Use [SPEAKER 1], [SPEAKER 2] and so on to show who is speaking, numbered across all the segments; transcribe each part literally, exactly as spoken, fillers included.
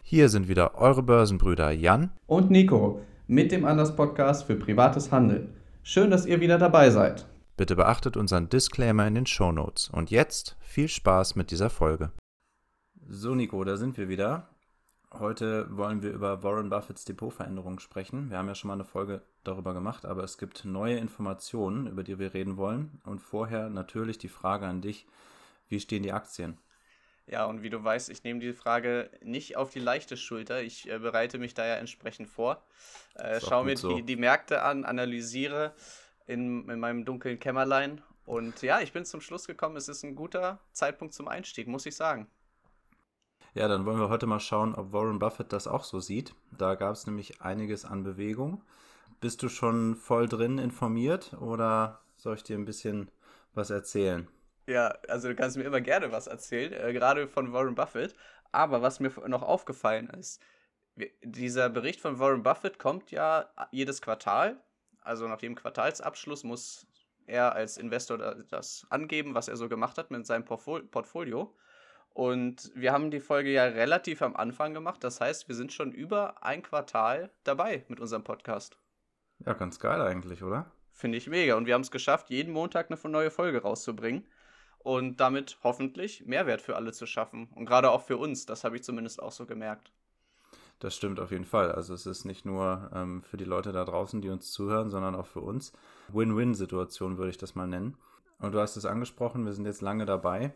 [SPEAKER 1] Hier sind wieder eure Börsenbrüder Jan
[SPEAKER 2] und Nico mit dem Anders Podcast für privates Handeln. Schön, dass ihr wieder dabei seid.
[SPEAKER 1] Bitte beachtet unseren Disclaimer in den Shownotes. Und jetzt viel Spaß mit dieser Folge. So Nico, da sind wir wieder. Heute wollen wir über Warren Buffetts Depotveränderungen sprechen. Wir haben ja schon mal eine Folge darüber gemacht, aber es gibt neue Informationen, über die wir reden wollen. Und vorher natürlich die Frage an dich, wie stehen die Aktien?
[SPEAKER 2] Ja, und wie du weißt, ich nehme die Frage nicht auf die leichte Schulter. Ich äh, bereite mich da ja entsprechend vor. Äh, schaue mir
[SPEAKER 1] so.
[SPEAKER 2] die, die Märkte an, analysiere in, in meinem dunklen Kämmerlein. Und ja, ich bin zum Schluss gekommen, es ist ein guter Zeitpunkt zum Einstieg, muss ich sagen.
[SPEAKER 1] Ja, dann wollen wir heute mal schauen, ob Warren Buffett das auch so sieht. Da gab es nämlich einiges an Bewegung. Bist du schon voll drin informiert oder soll ich dir ein bisschen was erzählen?
[SPEAKER 2] Ja, also du kannst mir immer gerne was erzählen, äh, gerade von Warren Buffett. Aber was mir noch aufgefallen ist, wir, dieser Bericht von Warren Buffett kommt ja jedes Quartal. Also nach jedem Quartalsabschluss muss er als Investor das angeben, was er so gemacht hat mit seinem Portfol- Portfolio. Und wir haben die Folge ja relativ am Anfang gemacht. Das heißt, wir sind schon über ein Quartal dabei mit unserem Podcast.
[SPEAKER 1] Ja, ganz geil eigentlich, oder?
[SPEAKER 2] Finde ich mega. Und wir haben es geschafft, jeden Montag eine neue Folge rauszubringen. Und damit hoffentlich Mehrwert für alle zu schaffen. Und gerade auch für uns, das habe ich zumindest auch so gemerkt.
[SPEAKER 1] Das stimmt auf jeden Fall. Also es ist nicht nur ähm, für die Leute da draußen, die uns zuhören, sondern auch für uns. Win-Win-Situation würde ich das mal nennen. Und du hast es angesprochen, wir sind jetzt lange dabei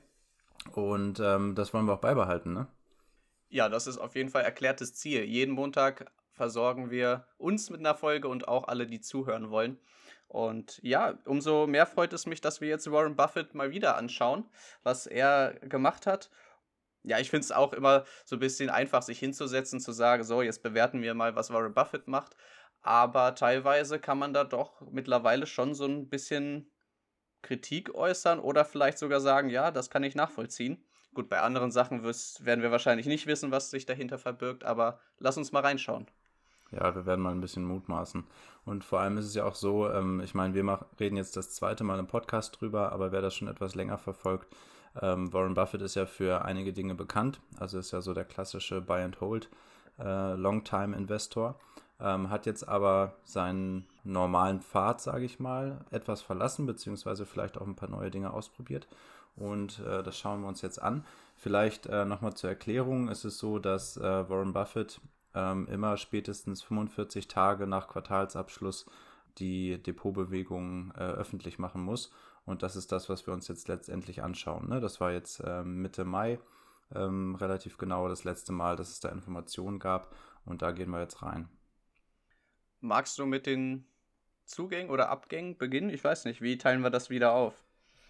[SPEAKER 1] und ähm, das wollen wir auch beibehalten, ne?
[SPEAKER 2] Ja, das ist auf jeden Fall erklärtes Ziel. Jeden Montag versorgen wir uns mit einer Folge und auch alle, die zuhören wollen. Und ja, umso mehr freut es mich, dass wir jetzt Warren Buffett mal wieder anschauen, was er gemacht hat. Ja, ich finde es auch immer so ein bisschen einfach, sich hinzusetzen, zu sagen, so, jetzt bewerten wir mal, was Warren Buffett macht. Aber teilweise kann man da doch mittlerweile schon so ein bisschen Kritik äußern oder vielleicht sogar sagen, ja, das kann ich nachvollziehen. Gut, bei anderen Sachen wir's, werden wir wahrscheinlich nicht wissen, was sich dahinter verbirgt, aber lass uns mal reinschauen.
[SPEAKER 1] Ja, wir werden mal ein bisschen mutmaßen. Und vor allem ist es ja auch so, ähm, ich meine, wir mach, reden jetzt das zweite Mal im Podcast drüber, aber wer das schon etwas länger verfolgt, ähm, Warren Buffett ist ja für einige Dinge bekannt. Also ist ja so der klassische Buy-and-Hold äh, Long-Time-Investor. Ähm, hat jetzt aber seinen normalen Pfad, sage ich mal, etwas verlassen, beziehungsweise vielleicht auch ein paar neue Dinge ausprobiert. Und äh, das schauen wir uns jetzt an. Vielleicht äh, nochmal zur Erklärung. Es ist so, dass äh, Warren Buffett ähm, immer spätestens fünfundvierzig Tage nach Quartalsabschluss die Depotbewegungen äh, öffentlich machen muss. Und das ist das, was wir uns jetzt letztendlich anschauen. Ne? Das war jetzt äh, Mitte Mai, ähm, relativ genau das letzte Mal, dass es da Informationen gab. Und da gehen wir jetzt rein.
[SPEAKER 2] Magst du mit den Zugängen oder Abgängen beginnen? Ich weiß nicht, wie teilen wir das wieder auf?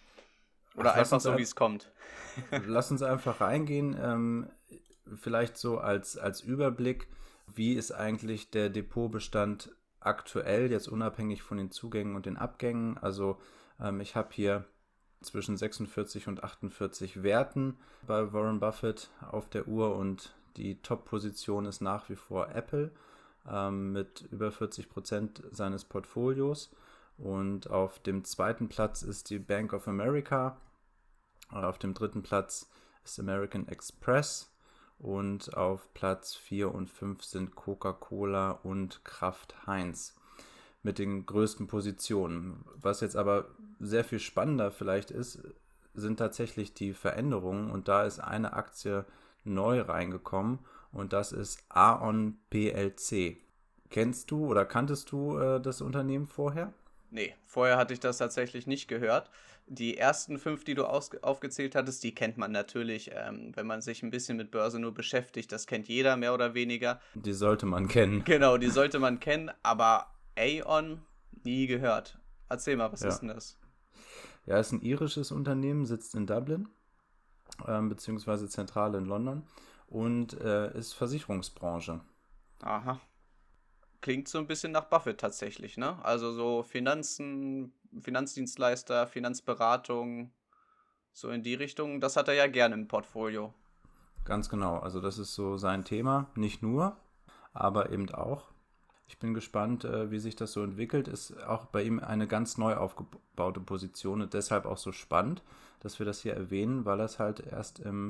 [SPEAKER 2] Oder
[SPEAKER 1] Ach, lass
[SPEAKER 2] einfach
[SPEAKER 1] uns
[SPEAKER 2] so,
[SPEAKER 1] ein-
[SPEAKER 2] wie es kommt.
[SPEAKER 1] Lass uns einfach reingehen. Ähm, vielleicht so als, als Überblick, wie ist eigentlich der Depotbestand aktuell, jetzt unabhängig von den Zugängen und den Abgängen. Also ähm, ich habe hier zwischen sechsundvierzig und achtundvierzig Werten bei Warren Buffett auf der Uhr und die Top-Position ist nach wie vor Apple ähm, mit über vierzig Prozent seines Portfolios. Und auf dem zweiten Platz ist die Bank of America. Auf dem dritten Platz ist American Express. Und auf Platz vier und fünf sind Coca-Cola und Kraft Heinz mit den größten Positionen. Was jetzt aber sehr viel spannender vielleicht ist, sind tatsächlich die Veränderungen. Und da ist eine Aktie neu reingekommen und das ist Aon P L C. Kennst du oder kanntest du äh, das Unternehmen vorher?
[SPEAKER 2] Nee, vorher hatte ich das tatsächlich nicht gehört. Die ersten fünf, die du aus- aufgezählt hattest, die kennt man natürlich, ähm, wenn man sich ein bisschen mit Börse nur beschäftigt. Das kennt jeder, mehr oder weniger.
[SPEAKER 1] Die sollte man kennen.
[SPEAKER 2] Genau, die sollte man kennen, aber Aon nie gehört. Erzähl mal, was
[SPEAKER 1] Ja.
[SPEAKER 2] ist denn das?
[SPEAKER 1] Ja, ist ein irisches Unternehmen, sitzt in Dublin, ähm, beziehungsweise zentral in London und äh, ist Versicherungsbranche.
[SPEAKER 2] Aha. Klingt so ein bisschen nach Buffett tatsächlich, ne? Also so Finanzen, Finanzdienstleister, Finanzberatung, so in die Richtung. Das hat er ja gerne im Portfolio.
[SPEAKER 1] Ganz genau, also das ist so sein Thema, nicht nur, aber eben auch. Ich bin gespannt, äh, wie sich das so entwickelt. Ist auch bei ihm eine ganz neu aufgebaute Position und deshalb auch so spannend, dass wir das hier erwähnen, weil er es halt erst im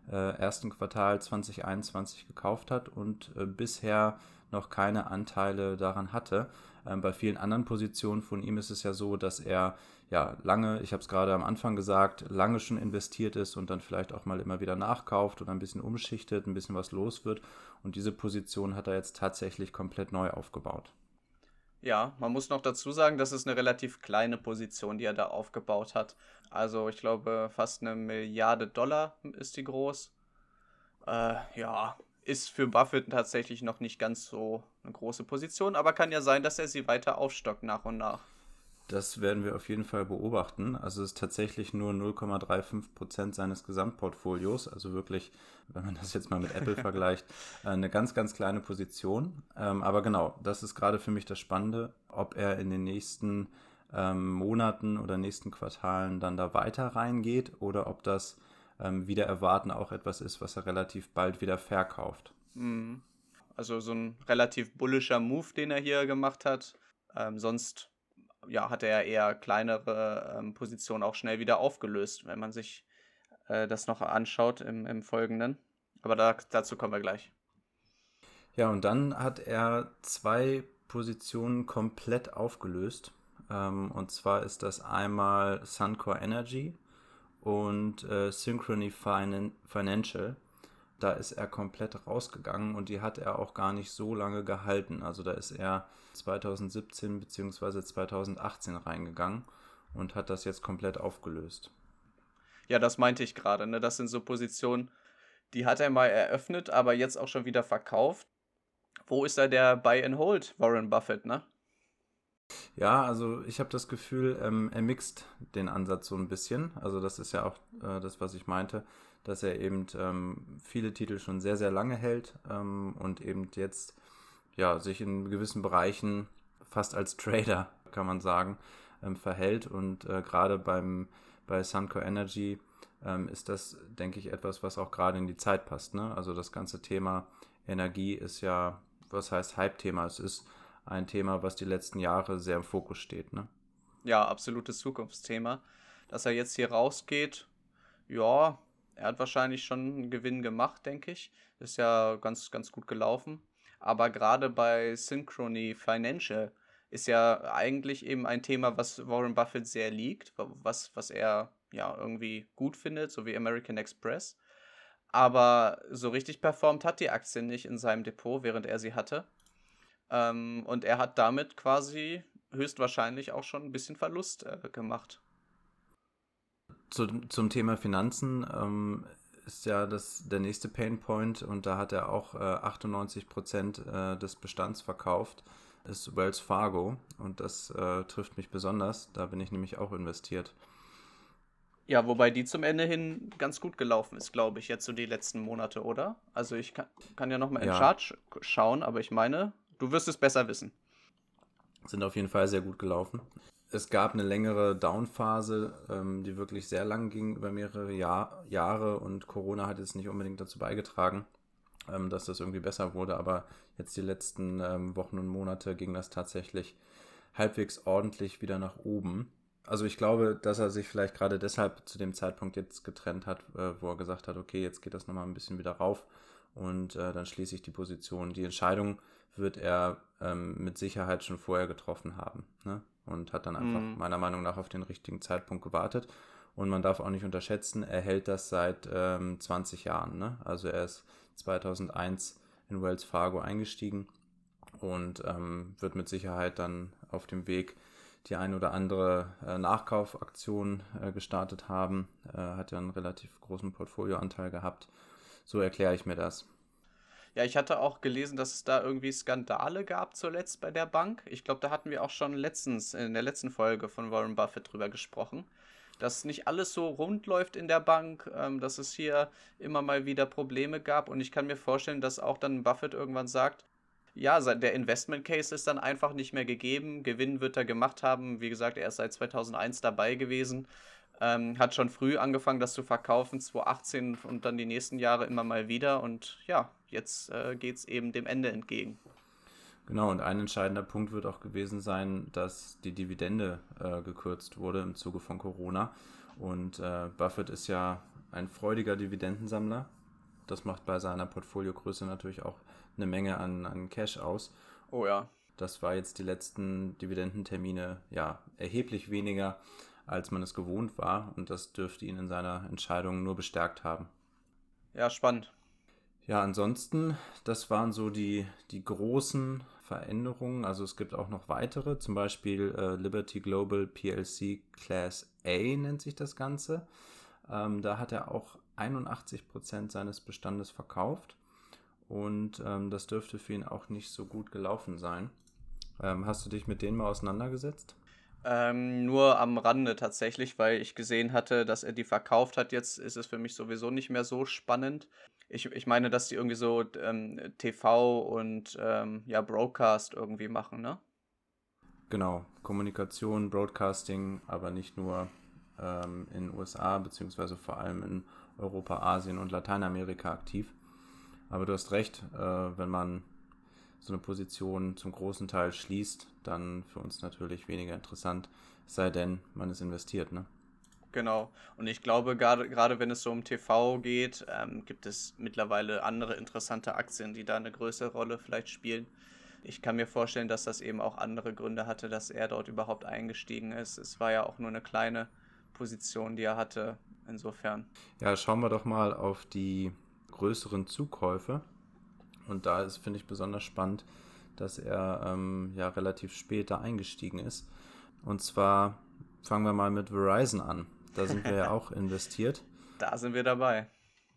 [SPEAKER 1] äh, ersten Quartal zwanzig einundzwanzig gekauft hat und äh, bisher noch keine Anteile daran hatte. Ähm, bei vielen anderen Positionen von ihm ist es ja so, dass er ja lange, ich habe es gerade am Anfang gesagt, lange schon investiert ist und dann vielleicht auch mal immer wieder nachkauft oder ein bisschen umschichtet, ein bisschen was los wird. Und diese Position hat er jetzt tatsächlich komplett neu aufgebaut.
[SPEAKER 2] Ja, man muss noch dazu sagen, das ist eine relativ kleine Position, die er da aufgebaut hat. Also ich glaube, fast eine Milliarde Dollar ist die groß. Äh, ja, ist für Buffett tatsächlich noch nicht ganz so eine große Position, aber kann ja sein, dass er sie weiter aufstockt nach und nach.
[SPEAKER 1] Das werden wir auf jeden Fall beobachten. Also es ist tatsächlich nur null Komma fünfunddreißig Prozent seines Gesamtportfolios, also wirklich, wenn man das jetzt mal mit Apple vergleicht, eine ganz, ganz kleine Position. Ähm, aber genau, das ist gerade für mich das Spannende, ob er in den nächsten ähm, Monaten oder nächsten Quartalen dann da weiter reingeht oder ob das ähm, wieder erwarten auch etwas ist, was er relativ bald wieder verkauft.
[SPEAKER 2] Mhm. Also so ein relativ bullischer Move, den er hier gemacht hat. Ähm, sonst ja, hat er eher kleinere ähm, Positionen auch schnell wieder aufgelöst, wenn man sich äh, das noch anschaut im, im Folgenden. Aber da, dazu kommen wir gleich.
[SPEAKER 1] Ja, und dann hat er zwei Positionen komplett aufgelöst. Ähm, und zwar ist das einmal Suncor Energy und äh, Synchrony Finan- Financial. Da ist er komplett rausgegangen und die hat er auch gar nicht so lange gehalten. Also da ist er zwanzig siebzehn bzw. zwanzig achtzehn reingegangen und hat das jetzt komplett aufgelöst.
[SPEAKER 2] Ja, das meinte ich gerade, ne? Das sind so Positionen, die hat er mal eröffnet, aber jetzt auch schon wieder verkauft. Wo ist da der Buy and Hold, Warren Buffett, ne?
[SPEAKER 1] Ja, also ich habe das Gefühl, ähm, er mixt den Ansatz so ein bisschen. Also das ist ja auch äh, das, was ich meinte, dass er eben ähm, viele Titel schon sehr, sehr lange hält ähm, und eben jetzt ja, sich in gewissen Bereichen fast als Trader, kann man sagen, ähm, verhält. Und äh, gerade beim bei Suncor Energy ähm, ist das, denke ich, etwas, was auch gerade in die Zeit passt. Ne? Also das ganze Thema Energie ist ja, was heißt Hype-Thema? Es ist ein Thema, was die letzten Jahre sehr im Fokus steht. Ne?
[SPEAKER 2] Ja, absolutes Zukunftsthema. Dass er jetzt hier rausgeht, ja, er hat wahrscheinlich schon einen Gewinn gemacht, denke ich. Ist ja ganz, ganz gut gelaufen. Aber gerade bei Synchrony Financial ist ja eigentlich eben ein Thema, was Warren Buffett sehr liegt, was, was er ja irgendwie gut findet, so wie American Express. Aber so richtig performt hat die Aktie nicht in seinem Depot, während er sie hatte. Ähm, und er hat damit quasi höchstwahrscheinlich auch schon ein bisschen Verlust äh, gemacht.
[SPEAKER 1] Zu, zum Thema Finanzen ähm, ist ja das der nächste Painpoint und da hat er auch äh, achtundneunzig Prozent äh, des Bestands verkauft, ist Wells Fargo und das äh, trifft mich besonders, da bin ich nämlich auch investiert.
[SPEAKER 2] Ja, wobei die zum Ende hin ganz gut gelaufen ist, glaube ich, jetzt so die letzten Monate, oder? Also ich kann, kann ja nochmal in den
[SPEAKER 1] Ja,
[SPEAKER 2] Chart sch schauen, aber ich meine, du wirst es besser wissen.
[SPEAKER 1] sind auf jeden Fall sehr gut gelaufen. Es gab eine längere Downphase, ähm, die wirklich sehr lang ging, über mehrere Jahr, Jahre und Corona hat jetzt nicht unbedingt dazu beigetragen, ähm, dass das irgendwie besser wurde, aber jetzt die letzten ähm, Wochen und Monate ging das tatsächlich halbwegs ordentlich wieder nach oben. Also ich glaube, dass er sich vielleicht gerade deshalb zu dem Zeitpunkt jetzt getrennt hat, äh, wo er gesagt hat, okay, jetzt geht das nochmal ein bisschen wieder rauf und äh, dann schließe ich die Position. Die Entscheidung wird er ähm, mit Sicherheit schon vorher getroffen haben, ne? Und hat dann einfach
[SPEAKER 2] Mm.
[SPEAKER 1] meiner Meinung nach auf den richtigen Zeitpunkt gewartet. Und man darf auch nicht unterschätzen, er hält das seit ähm, zwanzig Jahren. Ne? Also er ist zweitausendeins in Wells Fargo eingestiegen und ähm, wird mit Sicherheit dann auf dem Weg die ein oder andere äh, Nachkaufaktion äh, gestartet haben. Äh, hat ja einen relativ großen Portfolioanteil gehabt. So erkläre ich mir das.
[SPEAKER 2] Ja, ich hatte auch gelesen, dass es da irgendwie Skandale gab zuletzt bei der Bank. Ich glaube, da hatten wir auch schon letztens in der letzten Folge von Warren Buffett drüber gesprochen, dass nicht alles so rund läuft in der Bank, ähm, dass es hier immer mal wieder Probleme gab. Und ich kann mir vorstellen, dass auch dann Buffett irgendwann sagt, ja, se- der Investment Case ist dann einfach nicht mehr gegeben. Gewinn wird er gemacht haben. Wie gesagt, er ist seit zweitausendeins dabei gewesen. Ähm, hat schon früh angefangen, das zu verkaufen, zweitausendachtzehn und dann die nächsten Jahre immer mal wieder. Und ja, jetzt äh, geht es eben dem Ende entgegen.
[SPEAKER 1] Genau, und ein entscheidender Punkt wird auch gewesen sein, dass die Dividende äh, gekürzt wurde im Zuge von Corona. Und äh, Buffett ist ja ein freudiger Dividendensammler. Das macht bei seiner Portfoliogröße natürlich auch eine Menge an, an Cash aus.
[SPEAKER 2] Oh ja.
[SPEAKER 1] Das war jetzt die letzten Dividendentermine ja erheblich weniger, als man es gewohnt war. Und das dürfte ihn in seiner Entscheidung nur bestärkt haben.
[SPEAKER 2] Ja, spannend.
[SPEAKER 1] Ja, ansonsten, das waren so die, die großen Veränderungen. Also es gibt auch noch weitere, zum Beispiel äh, Liberty Global P L C Class A nennt sich das Ganze. Ähm, da hat er auch einundachtzig Prozent seines Bestandes verkauft und ähm, das dürfte für ihn auch nicht so gut gelaufen sein. Ähm, hast du dich mit denen mal auseinandergesetzt?
[SPEAKER 2] Ähm, nur am Rande tatsächlich, weil ich gesehen hatte, dass er die verkauft hat. Jetzt ist es für mich sowieso nicht mehr so spannend. Ich, ich meine, dass die irgendwie so ähm, T V und ähm, ja, Broadcast irgendwie machen, ne?
[SPEAKER 1] Genau, Kommunikation, Broadcasting, aber nicht nur ähm, in den U S A, beziehungsweise vor allem in Europa, Asien und Lateinamerika aktiv. Aber du hast recht, äh, wenn man so eine Position zum großen Teil schließt, dann für uns natürlich weniger interessant, es sei denn, man ist investiert, ne?
[SPEAKER 2] Genau. Und ich glaube, gerade gerade wenn es so um T V geht, ähm, gibt es mittlerweile andere interessante Aktien, die da eine größere Rolle vielleicht spielen. Ich kann mir vorstellen, dass das eben auch andere Gründe hatte, dass er dort überhaupt eingestiegen ist. Es war ja auch nur eine kleine Position, die er hatte. Insofern.
[SPEAKER 1] Ja, schauen wir doch mal auf die größeren Zukäufe. Und da ist, finde ich, besonders spannend, dass er ähm, ja relativ spät da eingestiegen ist. Und zwar fangen wir mal mit Verizon an. Da sind wir ja auch investiert.
[SPEAKER 2] Da sind wir dabei.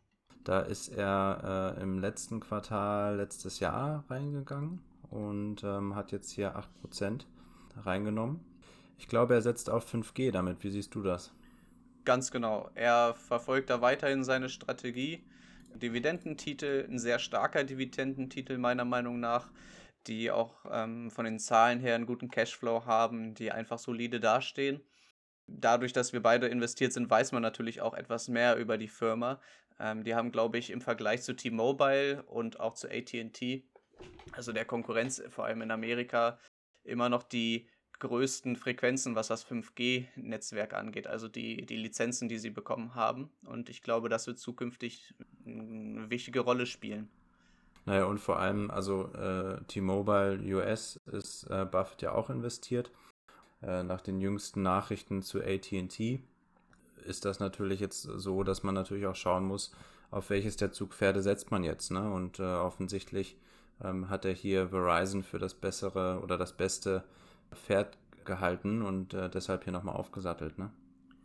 [SPEAKER 1] Da ist er äh, im letzten Quartal letztes Jahr reingegangen und ähm, hat jetzt hier acht Prozent reingenommen. Ich glaube, er setzt auf fünf G damit. Wie siehst du das?
[SPEAKER 2] Ganz genau. Er verfolgt da weiterhin seine Strategie. Dividendentitel, ein sehr starker Dividendentitel meiner Meinung nach, die auch ähm, von den Zahlen her einen guten Cashflow haben, die einfach solide dastehen. Dadurch, dass wir beide investiert sind, weiß man natürlich auch etwas mehr über die Firma. Ähm, die haben, glaube ich, im Vergleich zu T-Mobile und auch zu A T und T, also der Konkurrenz vor allem in Amerika, immer noch die größten Frequenzen, was das fünf G-Netzwerk angeht, also die, die Lizenzen, die sie bekommen haben. Und ich glaube, das wird zukünftig eine wichtige Rolle spielen.
[SPEAKER 1] Naja, und vor allem, also äh, T-Mobile U S ist äh, Buffett ja auch investiert. Äh, nach den jüngsten Nachrichten zu A T und T ist das natürlich jetzt so, dass man natürlich auch schauen muss, auf welches der Zugpferde setzt man jetzt. Ne? Und äh, offensichtlich ähm, hat er hier Verizon für das bessere oder das beste Pferd gehalten und äh, deshalb hier nochmal aufgesattelt. Ne?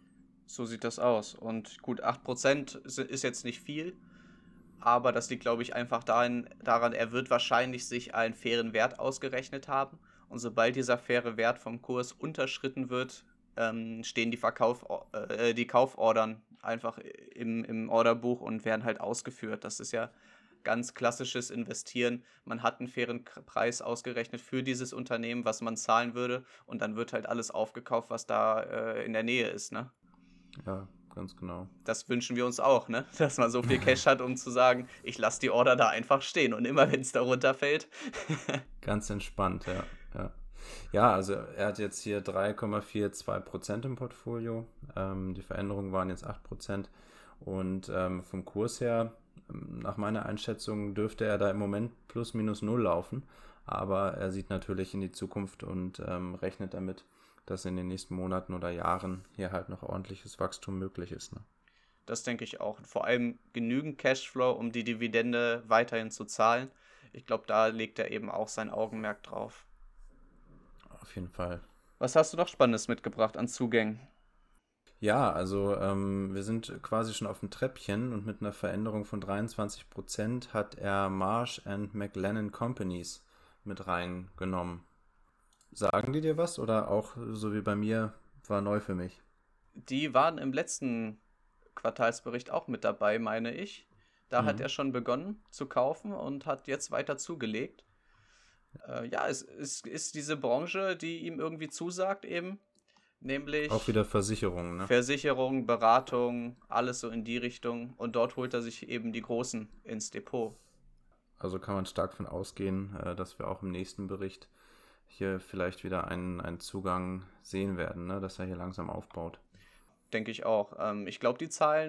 [SPEAKER 2] So sieht das aus. Und gut, acht Prozent ist jetzt nicht viel, aber das liegt, glaube ich, einfach darin, daran, er wird wahrscheinlich sich einen fairen Wert ausgerechnet haben. Und sobald dieser faire Wert vom Kurs unterschritten wird, ähm, stehen die, Verkauf, äh, die Kaufordern einfach im, im Orderbuch und werden halt ausgeführt. Das ist ja ganz klassisches Investieren. Man hat einen fairen Preis ausgerechnet für dieses Unternehmen, was man zahlen würde. Und dann wird halt alles aufgekauft, was da äh, in der Nähe ist, ne?
[SPEAKER 1] Ja, ganz genau.
[SPEAKER 2] Das wünschen wir uns auch, ne? Dass man so viel Cash hat, um zu sagen, ich lasse die Order da einfach stehen und immer wenn es da runterfällt.
[SPEAKER 1] Ganz entspannt, ja. Ja, ja, also er hat jetzt hier drei Komma zweiundvierzig Prozent im Portfolio. Ähm, die Veränderungen waren jetzt acht Prozent. Und ähm, vom Kurs her, nach meiner Einschätzung, dürfte er da im Moment plus minus null laufen. Aber er sieht natürlich in die Zukunft und ähm, rechnet damit, dass in den nächsten Monaten oder Jahren hier halt noch ordentliches Wachstum möglich ist. Ne?
[SPEAKER 2] Das denke ich auch. Vor allem genügend Cashflow, um die Dividende weiterhin zu zahlen. Ich glaube, da legt er eben auch sein Augenmerk drauf.
[SPEAKER 1] Auf jeden Fall.
[SPEAKER 2] Was hast du noch Spannendes mitgebracht an Zugängen?
[SPEAKER 1] Ja, also ähm, wir sind quasi schon auf dem Treppchen und mit einer Veränderung von dreiundzwanzig Prozent hat er Marsh and McLennan Companies mit reingenommen. Sagen die dir was oder auch so wie bei mir war neu für mich?
[SPEAKER 2] Die waren im letzten Quartalsbericht auch mit dabei, meine ich. Da hat
[SPEAKER 1] Mhm.
[SPEAKER 2] er schon begonnen zu kaufen und hat jetzt weiter zugelegt. Äh, ja, es, es ist diese Branche, die ihm irgendwie zusagt eben,
[SPEAKER 1] Auch
[SPEAKER 2] nämlich
[SPEAKER 1] wieder Versicherungen, ne?
[SPEAKER 2] Versicherung, Beratung, alles so in die Richtung. Und dort holt er sich eben die Großen ins Depot.
[SPEAKER 1] Also kann man stark von ausgehen, äh, dass wir auch im nächsten Bericht hier vielleicht wieder einen, einen Zugang sehen werden, ne? Dass er hier langsam aufbaut.
[SPEAKER 2] Denke ich auch. Ähm, ich glaube, die Zahlen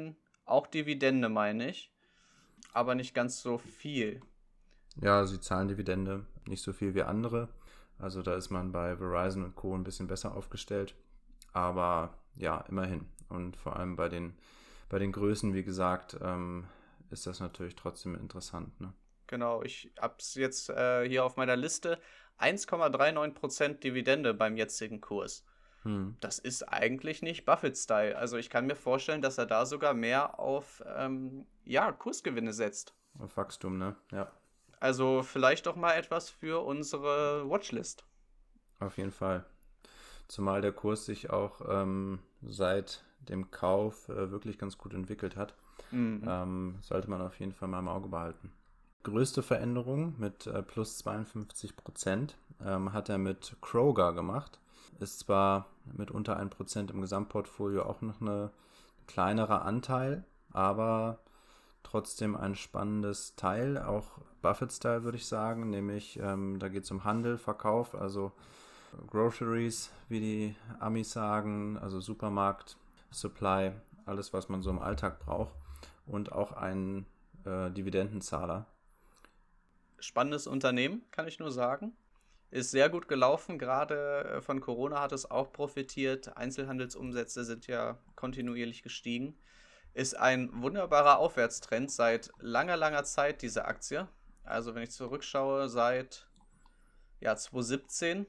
[SPEAKER 2] Auch Dividende, meine ich. Aber nicht ganz so viel.
[SPEAKER 1] Ja, sie zahlen Dividende, nicht so viel wie andere. Also da ist man bei Verizon und Co. ein bisschen besser aufgestellt. Aber ja, immerhin. Und vor allem bei den, bei den Größen, wie gesagt, ähm, ist das natürlich trotzdem interessant. Ne?
[SPEAKER 2] Genau, ich hab's jetzt äh, hier auf meiner Liste. eins Komma neununddreißig Prozent Dividende beim jetzigen Kurs.
[SPEAKER 1] Hm.
[SPEAKER 2] Das ist eigentlich nicht Buffett-Style. Also ich kann mir vorstellen, dass er da sogar mehr auf ähm, ja, Kursgewinne setzt.
[SPEAKER 1] Auf Wachstum, ne? Ja.
[SPEAKER 2] Also vielleicht doch mal etwas für unsere Watchlist.
[SPEAKER 1] Auf jeden Fall. Zumal der Kurs sich auch ähm, seit dem Kauf äh, wirklich ganz gut entwickelt hat.
[SPEAKER 2] Mhm.
[SPEAKER 1] Ähm, sollte man auf jeden Fall mal im Auge behalten. Größte Veränderung mit äh, plus zweiundfünfzig Prozent ähm, hat er mit Kroger gemacht. Ist zwar mit unter ein Prozent im Gesamtportfolio auch noch ein kleinerer Anteil, aber trotzdem ein spannendes Teil, auch Buffett-Style würde ich sagen, nämlich ähm, da geht es um Handel, Verkauf, also Groceries, wie die Amis sagen, also Supermarkt, Supply, alles, was man so im Alltag braucht und auch ein äh, Dividendenzahler.
[SPEAKER 2] Spannendes Unternehmen, kann ich nur sagen. Ist sehr gut gelaufen, gerade von Corona hat es auch profitiert. Einzelhandelsumsätze sind ja kontinuierlich gestiegen. Ist ein wunderbarer Aufwärtstrend seit langer, langer Zeit, diese Aktie. Also wenn ich zurückschaue, seit ja, zwanzig siebzehn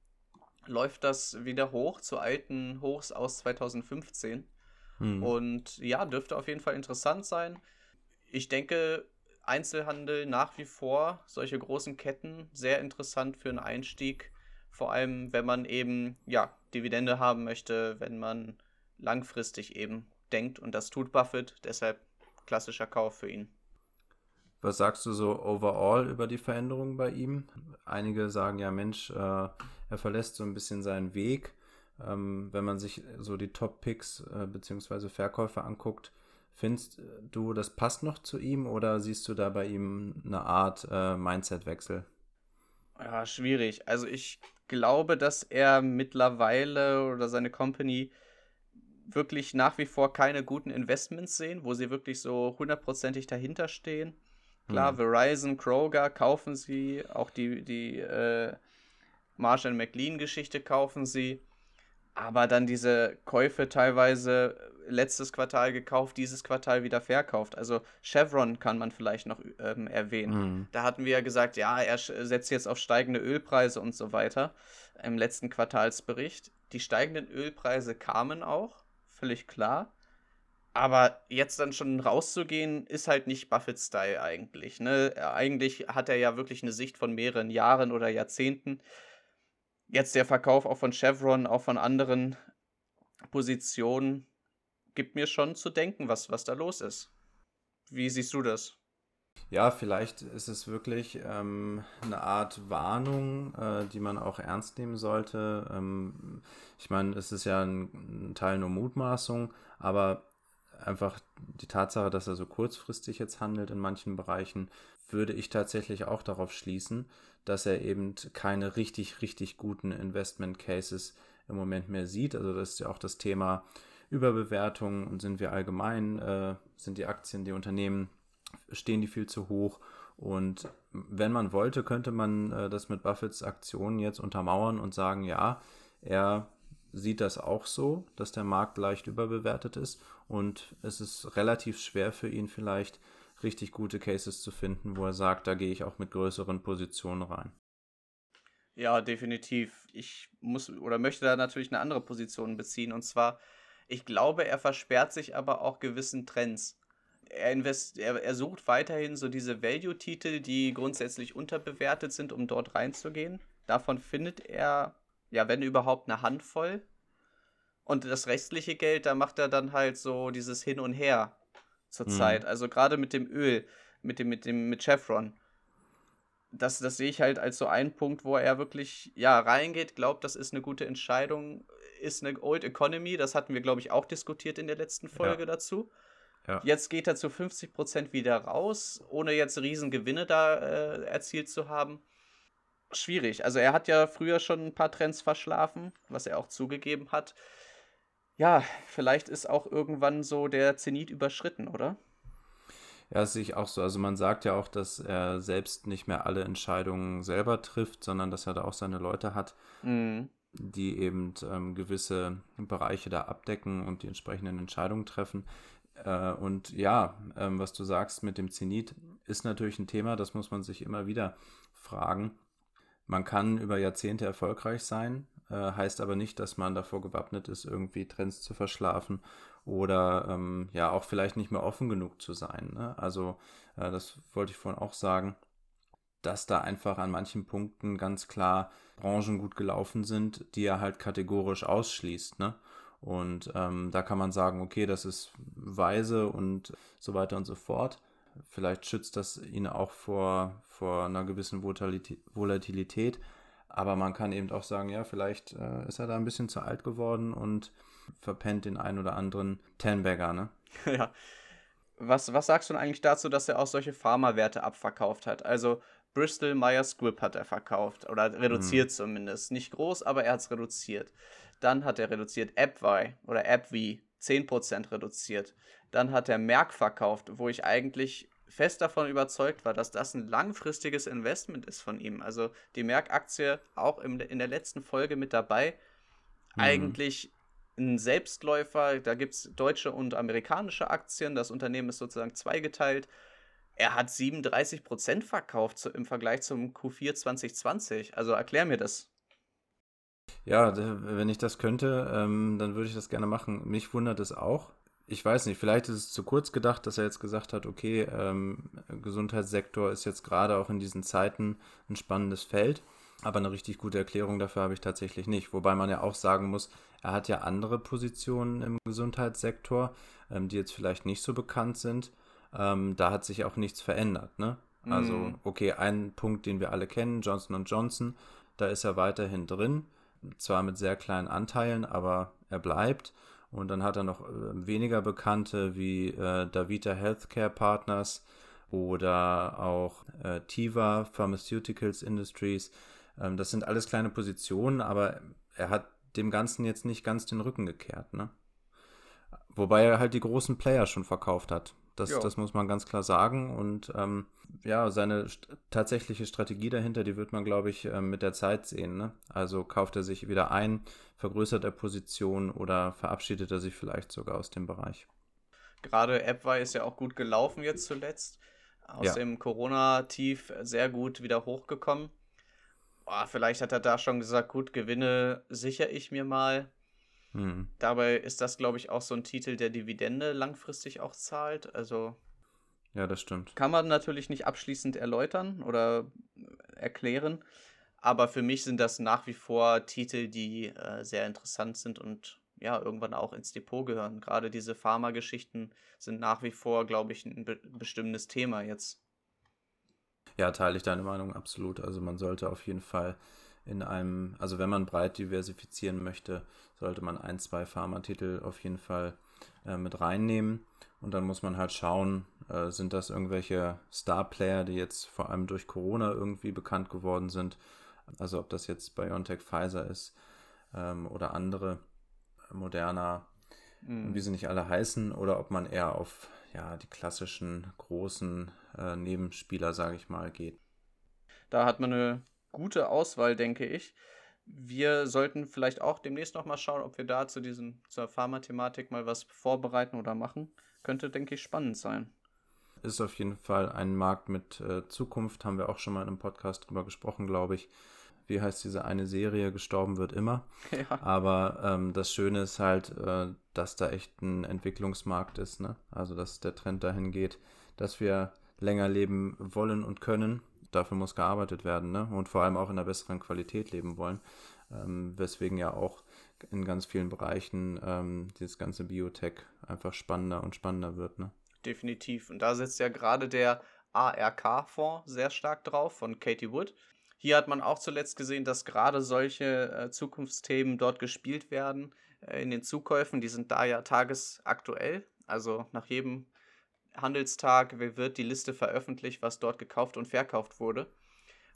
[SPEAKER 2] läuft das wieder hoch zu alten Hochs aus zwanzig fünfzehn.
[SPEAKER 1] Hm.
[SPEAKER 2] Und ja, dürfte auf jeden Fall interessant sein. Ich denke, Einzelhandel nach wie vor, solche großen Ketten, sehr interessant für einen Einstieg. Vor allem, wenn man eben, ja, Dividende haben möchte, wenn man langfristig eben denkt. Und das tut Buffett, deshalb klassischer Kauf für ihn.
[SPEAKER 1] Was sagst du so overall über die Veränderungen bei ihm? Einige sagen ja, Mensch, äh, er verlässt so ein bisschen seinen Weg. Ähm, wenn man sich so die Top-Picks äh, bzw. Verkäufe anguckt, findest du, das passt noch zu ihm oder siehst du da bei ihm eine Art äh, Mindset-Wechsel?
[SPEAKER 2] Ja, schwierig. Also ich glaube, dass er mittlerweile oder seine Company wirklich nach wie vor keine guten Investments sehen, wo sie wirklich so hundertprozentig dahinter stehen. Klar,
[SPEAKER 1] Hm.
[SPEAKER 2] Verizon, Kroger kaufen sie, auch die, die äh, Marsh and McLean-Geschichte kaufen sie. Aber dann diese Käufe teilweise letztes Quartal gekauft, dieses Quartal wieder verkauft. Also Chevron kann man vielleicht noch ähm, erwähnen.
[SPEAKER 1] Hm.
[SPEAKER 2] Da hatten wir ja gesagt, ja, er setzt jetzt auf steigende Ölpreise und so weiter im letzten Quartalsbericht. Die steigenden Ölpreise kamen auch, völlig klar. Aber jetzt dann schon rauszugehen, ist halt nicht Buffett-Style eigentlich. Ne? Eigentlich hat er ja wirklich eine Sicht von mehreren Jahren oder Jahrzehnten. Jetzt der Verkauf auch von Chevron, auch von anderen Positionen, gibt mir schon zu denken, was, was da los ist. Wie siehst du das?
[SPEAKER 1] Ja, vielleicht ist es wirklich ähm, eine Art Warnung, äh, die man auch ernst nehmen sollte. Ähm, ich meine, es ist ja ein, ein Teil nur Mutmaßung, aber einfach die Tatsache, dass er so kurzfristig jetzt handelt in manchen Bereichen, würde ich tatsächlich auch darauf schließen, dass er eben keine richtig, richtig guten Investment Cases im Moment mehr sieht. Also das ist ja auch das Thema Überbewertung und sind wir allgemein, äh, sind die Aktien, die Unternehmen, stehen die viel zu hoch. Und wenn man wollte, könnte man äh, das mit Buffetts Aktionen jetzt untermauern und sagen, ja, er sieht das auch so, dass der Markt leicht überbewertet ist und es ist relativ schwer für ihn vielleicht richtig gute Cases zu finden, wo er sagt, da gehe ich auch mit größeren Positionen rein.
[SPEAKER 2] Ja, definitiv. Ich muss oder möchte da natürlich eine andere Position beziehen. Und zwar, ich glaube, er versperrt sich aber auch gewissen Trends. Er, invest er, er sucht weiterhin so diese Value-Titel, die grundsätzlich unterbewertet sind, um dort reinzugehen. Davon findet er, ja, wenn überhaupt, eine Handvoll. Und das restliche Geld, da macht er dann halt so dieses Hin und Her zur Zeit.
[SPEAKER 1] Mhm.
[SPEAKER 2] Also gerade mit dem Öl, mit dem, mit dem, mit Chevron. Das, das sehe ich halt als so einen Punkt, wo er wirklich, ja, reingeht, glaubt, das ist eine gute Entscheidung, ist eine Old Economy, das hatten wir, glaube ich, auch diskutiert in der letzten Folge
[SPEAKER 1] Ja.
[SPEAKER 2] dazu.
[SPEAKER 1] Ja.
[SPEAKER 2] Jetzt geht er zu fünfzig Prozent wieder raus, ohne jetzt riesen Gewinne da äh, erzielt zu haben. Schwierig. Also er hat ja früher schon ein paar Trends verschlafen, was er auch zugegeben hat. Ja, vielleicht ist auch irgendwann so der Zenit überschritten, oder?
[SPEAKER 1] Ja, das sehe ich auch so. Also man sagt ja auch, dass er selbst nicht mehr alle Entscheidungen selber trifft, sondern dass er da auch seine Leute hat,
[SPEAKER 2] Mhm.
[SPEAKER 1] die eben ähm, gewisse Bereiche da abdecken und die entsprechenden Entscheidungen treffen. Äh, und ja, ähm, was du sagst mit dem Zenit ist natürlich ein Thema, das muss man sich immer wieder fragen. Man kann über Jahrzehnte erfolgreich sein, äh, heißt aber nicht, dass man davor gewappnet ist, irgendwie Trends zu verschlafen oder ähm, ja auch vielleicht nicht mehr offen genug zu sein. Ne? Also äh, das wollte ich vorhin auch sagen, dass da einfach an manchen Punkten ganz klar Branchen gut gelaufen sind, die er halt kategorisch ausschließt. Ne? Und ähm, da kann man sagen, okay, das ist weise und so weiter und so fort. Vielleicht schützt das ihn auch vor, vor einer gewissen Volatilität. Aber man kann eben auch sagen, ja, vielleicht äh, ist er da ein bisschen zu alt geworden und verpennt den einen oder anderen Ten-Bagger, ne?
[SPEAKER 2] Ja. Was, was sagst du denn eigentlich dazu, dass er auch solche Pharmawerte abverkauft hat? Also Bristol Myers Squibb hat er verkauft oder
[SPEAKER 1] Mhm.
[SPEAKER 2] reduziert zumindest. Nicht groß, aber er hat es reduziert. Dann hat er reduziert AbbVie oder AbbVie, zehn Prozent reduziert. Dann hat er Merck verkauft, wo ich eigentlich fest davon überzeugt war, dass das ein langfristiges Investment ist von ihm. Also die Merck-Aktie auch im, in der letzten Folge mit dabei,
[SPEAKER 1] Mhm.
[SPEAKER 2] eigentlich ein Selbstläufer. Da gibt es deutsche und amerikanische Aktien. Das Unternehmen ist sozusagen zweigeteilt. Er hat siebenunddreißig Prozent verkauft zu, im Vergleich zum Q vier zwanzig zwanzig. Also erklär mir das.
[SPEAKER 1] Ja, d- wenn ich das könnte, ähm, dann würde ich das gerne machen. Mich wundert es auch. Ich weiß nicht, vielleicht ist es zu kurz gedacht, dass er jetzt gesagt hat, okay, ähm, Gesundheitssektor ist jetzt gerade auch in diesen Zeiten ein spannendes Feld. Aber eine richtig gute Erklärung dafür habe ich tatsächlich nicht. Wobei man ja auch sagen muss, er hat ja andere Positionen im Gesundheitssektor, ähm, die jetzt vielleicht nicht so bekannt sind. Ähm, da hat sich auch nichts verändert, ne? Also,
[SPEAKER 2] Mm,
[SPEAKER 1] okay, ein Punkt, den wir alle kennen, Johnson und Johnson, da ist er weiterhin drin, zwar mit sehr kleinen Anteilen, aber er bleibt. Und dann hat er noch äh, weniger bekannte wie äh, Davita Healthcare Partners oder auch äh, Teva Pharmaceuticals Industries. Ähm, das sind alles kleine Positionen, aber er hat dem Ganzen jetzt nicht ganz den Rücken gekehrt. Ne? Wobei er halt die großen Player schon verkauft hat. Das,
[SPEAKER 2] ja.
[SPEAKER 1] das muss man ganz klar sagen. Und ähm, ja, seine st tatsächliche Strategie dahinter, die wird man, glaube ich, ähm, mit der Zeit sehen. Ne? Also kauft er sich wieder ein, vergrößert er Position oder verabschiedet er sich vielleicht sogar aus dem Bereich.
[SPEAKER 2] Gerade AppWi ist ja auch gut gelaufen jetzt zuletzt. Aus
[SPEAKER 1] Ja.
[SPEAKER 2] dem Corona-Tief sehr gut wieder hochgekommen. Oh, vielleicht hat er da schon gesagt, gut, Gewinne sichere ich mir mal.
[SPEAKER 1] Hm.
[SPEAKER 2] Dabei ist das, glaube ich, auch so ein Titel, der Dividende langfristig auch zahlt. Also
[SPEAKER 1] Ja, das stimmt.
[SPEAKER 2] kann man natürlich nicht abschließend erläutern oder erklären, aber für mich sind das nach wie vor Titel, die äh, sehr interessant sind und ja, irgendwann auch ins Depot gehören. Gerade diese Pharma-Geschichten sind nach wie vor, glaube ich, ein be bestimmendes Thema jetzt.
[SPEAKER 1] Ja, teile ich deine Meinung absolut. Also man sollte auf jeden Fall in einem, also wenn man breit diversifizieren möchte, sollte man ein, zwei Pharmatitel auf jeden Fall äh, mit reinnehmen. Und dann muss man halt schauen, äh, sind das irgendwelche Star-Player, die jetzt vor allem durch Corona irgendwie bekannt geworden sind. Also ob das jetzt BioNTech, Pfizer ist ähm, oder andere, äh, Moderna und wie
[SPEAKER 2] Mhm.
[SPEAKER 1] sie nicht alle heißen, oder ob man eher auf ja, die klassischen großen äh, Nebenspieler, sage ich mal, geht.
[SPEAKER 2] Da hat man eine gute Auswahl, denke ich. Wir sollten vielleicht auch demnächst noch mal schauen, ob wir da zu diesem, zur Pharma-Thematik mal was vorbereiten oder machen. Könnte, denke ich, spannend sein.
[SPEAKER 1] Ist auf jeden Fall ein Markt mit äh, Zukunft, haben wir auch schon mal in einem Podcast drüber gesprochen, glaube ich. Wie heißt diese eine Serie? Gestorben wird immer.
[SPEAKER 2] Ja,
[SPEAKER 1] Aber ähm, das Schöne ist halt, äh, dass da echt ein Entwicklungsmarkt ist, ne? Also, dass der Trend dahin geht, dass wir länger leben wollen und können. Dafür muss gearbeitet werden, ne? Und vor allem auch in einer besseren Qualität leben wollen. Ähm, weswegen ja auch in ganz vielen Bereichen ähm, dieses ganze Biotech einfach spannender und spannender wird, ne?
[SPEAKER 2] definitiv. Und da setzt ja gerade der A R K-Fonds sehr stark drauf von Katie Wood. Hier hat man auch zuletzt gesehen, dass gerade solche äh, Zukunftsthemen dort gespielt werden äh, in den Zukäufen. Die sind da ja tagesaktuell. Also nach jedem Handelstag wird die Liste veröffentlicht, was dort gekauft und verkauft wurde.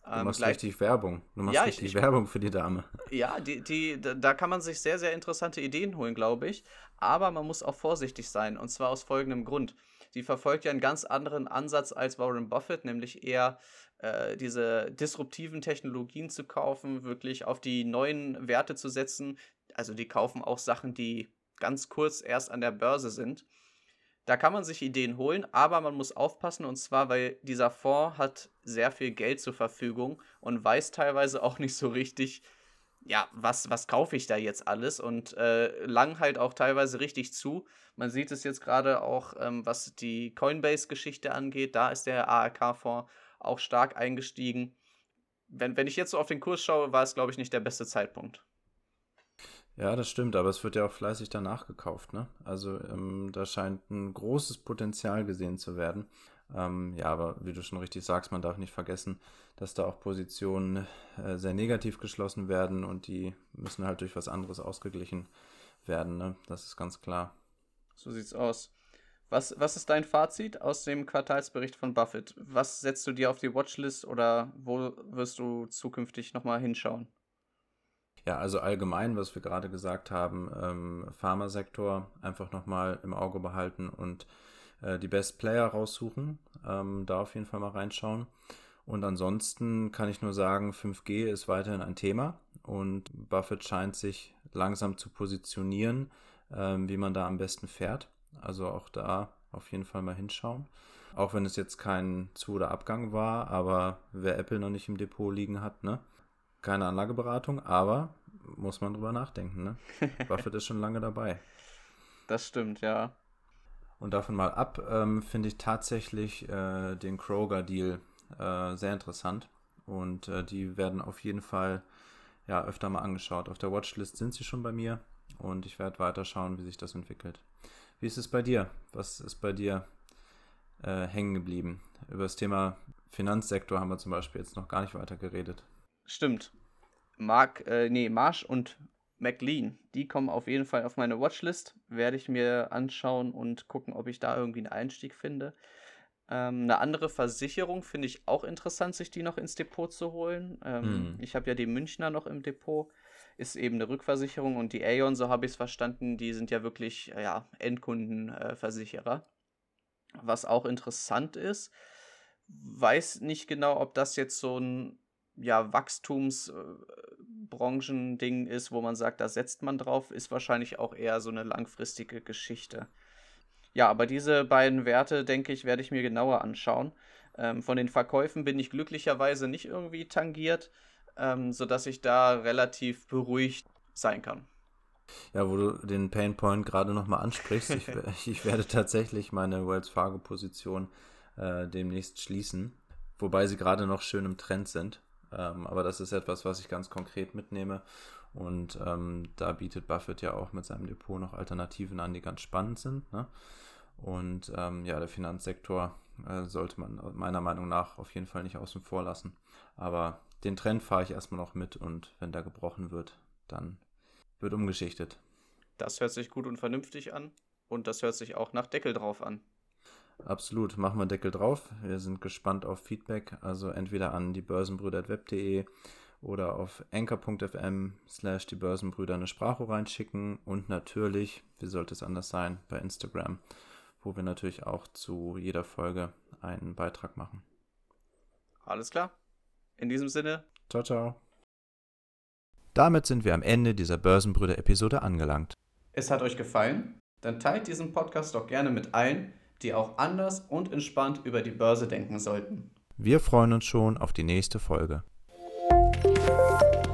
[SPEAKER 1] Du ähm, machst gleich, richtig Werbung. Du machst
[SPEAKER 2] ja,
[SPEAKER 1] richtig
[SPEAKER 2] ich,
[SPEAKER 1] Werbung für die Dame.
[SPEAKER 2] Ja, die, die, da kann man sich sehr, sehr interessante Ideen holen, glaube ich. Aber man muss auch vorsichtig sein. Und zwar aus folgendem Grund. Die verfolgt ja einen ganz anderen Ansatz als Warren Buffett, nämlich eher äh, diese disruptiven Technologien zu kaufen, wirklich auf die neuen Werte zu setzen. Also die kaufen auch Sachen, die ganz kurz erst an der Börse sind. Da kann man sich Ideen holen, aber man muss aufpassen, und zwar, weil dieser Fonds hat sehr viel Geld zur Verfügung und weiß teilweise auch nicht so richtig, ja, was, was kaufe ich da jetzt alles, und äh, lang halt auch teilweise richtig zu. Man sieht es jetzt gerade auch, ähm, was die Coinbase-Geschichte angeht, da ist der A R K-Fonds auch stark eingestiegen. Wenn, wenn ich jetzt so auf den Kurs schaue, war es, glaube ich, nicht der beste Zeitpunkt.
[SPEAKER 1] Ja, das stimmt, aber es wird ja auch fleißig danach gekauft, ne? Also ähm, da scheint ein großes Potenzial gesehen zu werden. Ähm, ja, aber wie du schon richtig sagst, man darf nicht vergessen, dass da auch Positionen äh, sehr negativ geschlossen werden und die müssen halt durch was anderes ausgeglichen werden, ne? Das ist ganz klar.
[SPEAKER 2] So sieht's aus. Was, was ist dein Fazit aus dem Quartalsbericht von Buffett? Was setzt du dir auf die Watchlist oder wo wirst du zukünftig nochmal hinschauen?
[SPEAKER 1] Ja, also allgemein, was wir gerade gesagt haben, ähm, Pharmasektor einfach nochmal im Auge behalten und äh, die Best Player raussuchen, ähm, da auf jeden Fall mal reinschauen. Und ansonsten kann ich nur sagen, fünf G ist weiterhin ein Thema und Buffett scheint sich langsam zu positionieren, ähm, wie man da am besten fährt. Also auch da auf jeden Fall mal hinschauen. Auch wenn es jetzt kein Zu- oder Abgang war, aber wer Apple noch nicht im Depot liegen hat, ne? Keine Anlageberatung, aber muss man drüber nachdenken, ne? Buffett ist schon lange dabei.
[SPEAKER 2] Das stimmt, ja.
[SPEAKER 1] Und davon mal ab, ähm, finde ich tatsächlich äh, den Kroger-Deal äh, sehr interessant. Und äh, die werden auf jeden Fall ja, öfter mal angeschaut. Auf der Watchlist sind sie schon bei mir und ich werde weiter schauen, wie sich das entwickelt. Wie ist es bei dir? Was ist bei dir äh, hängen geblieben? Über das Thema Finanzsektor haben wir zum Beispiel jetzt noch gar nicht weiter geredet.
[SPEAKER 2] Stimmt. Mark, äh, nee, Marsh und McLean, die kommen auf jeden Fall auf meine Watchlist. Werde ich mir anschauen und gucken, ob ich da irgendwie einen Einstieg finde. Ähm, eine andere Versicherung finde ich auch interessant, sich die noch ins Depot zu holen. Ähm, hm. Ich habe ja die Münchner noch im Depot. Ist eben eine Rückversicherung, und die Aon, so habe ich es verstanden, die sind ja wirklich ja, Endkundenversicherer. Äh, Was auch interessant ist. Weiß nicht genau, ob das jetzt so ein ja, Wachstumsbranchending ist, wo man sagt, da setzt man drauf, ist wahrscheinlich auch eher so eine langfristige Geschichte. Ja, aber diese beiden Werte, denke ich, werde ich mir genauer anschauen. Ähm, von den Verkäufen bin ich glücklicherweise nicht irgendwie tangiert, ähm, sodass ich da relativ beruhigt sein kann.
[SPEAKER 1] Ja, wo du den Painpoint gerade nochmal ansprichst, ich, ich werde tatsächlich meine Wells Fargo-Position äh, demnächst schließen, wobei sie gerade noch schön im Trend sind. Ähm, aber das ist etwas, was ich ganz konkret mitnehme. Und ähm, da bietet Buffett ja auch mit seinem Depot noch Alternativen an, die ganz spannend sind. Ne? Und ähm, ja, der Finanzsektor äh, sollte man meiner Meinung nach auf jeden Fall nicht außen vor lassen. Aber den Trend fahre ich erstmal noch mit, und wenn da gebrochen wird, dann wird umgeschichtet.
[SPEAKER 2] Das hört sich gut und vernünftig an, und das hört sich auch nach Deckel drauf an.
[SPEAKER 1] Absolut, machen wir Deckel drauf. Wir sind gespannt auf Feedback, also entweder an die börsenbrüder punkt web punkt de oder auf anchor punkt f m slash die Börsenbrüder eine Sprache reinschicken, und natürlich, wie sollte es anders sein, bei Instagram, wo wir natürlich auch zu jeder Folge einen Beitrag machen.
[SPEAKER 2] Alles klar. In diesem Sinne.
[SPEAKER 1] Ciao, ciao. Damit sind wir am Ende dieser Börsenbrüder-Episode angelangt.
[SPEAKER 2] Es hat euch gefallen? Dann teilt diesen Podcast doch gerne mit allen, die auch anders und entspannt über die Börse denken sollten.
[SPEAKER 1] Wir freuen uns schon auf die nächste Folge.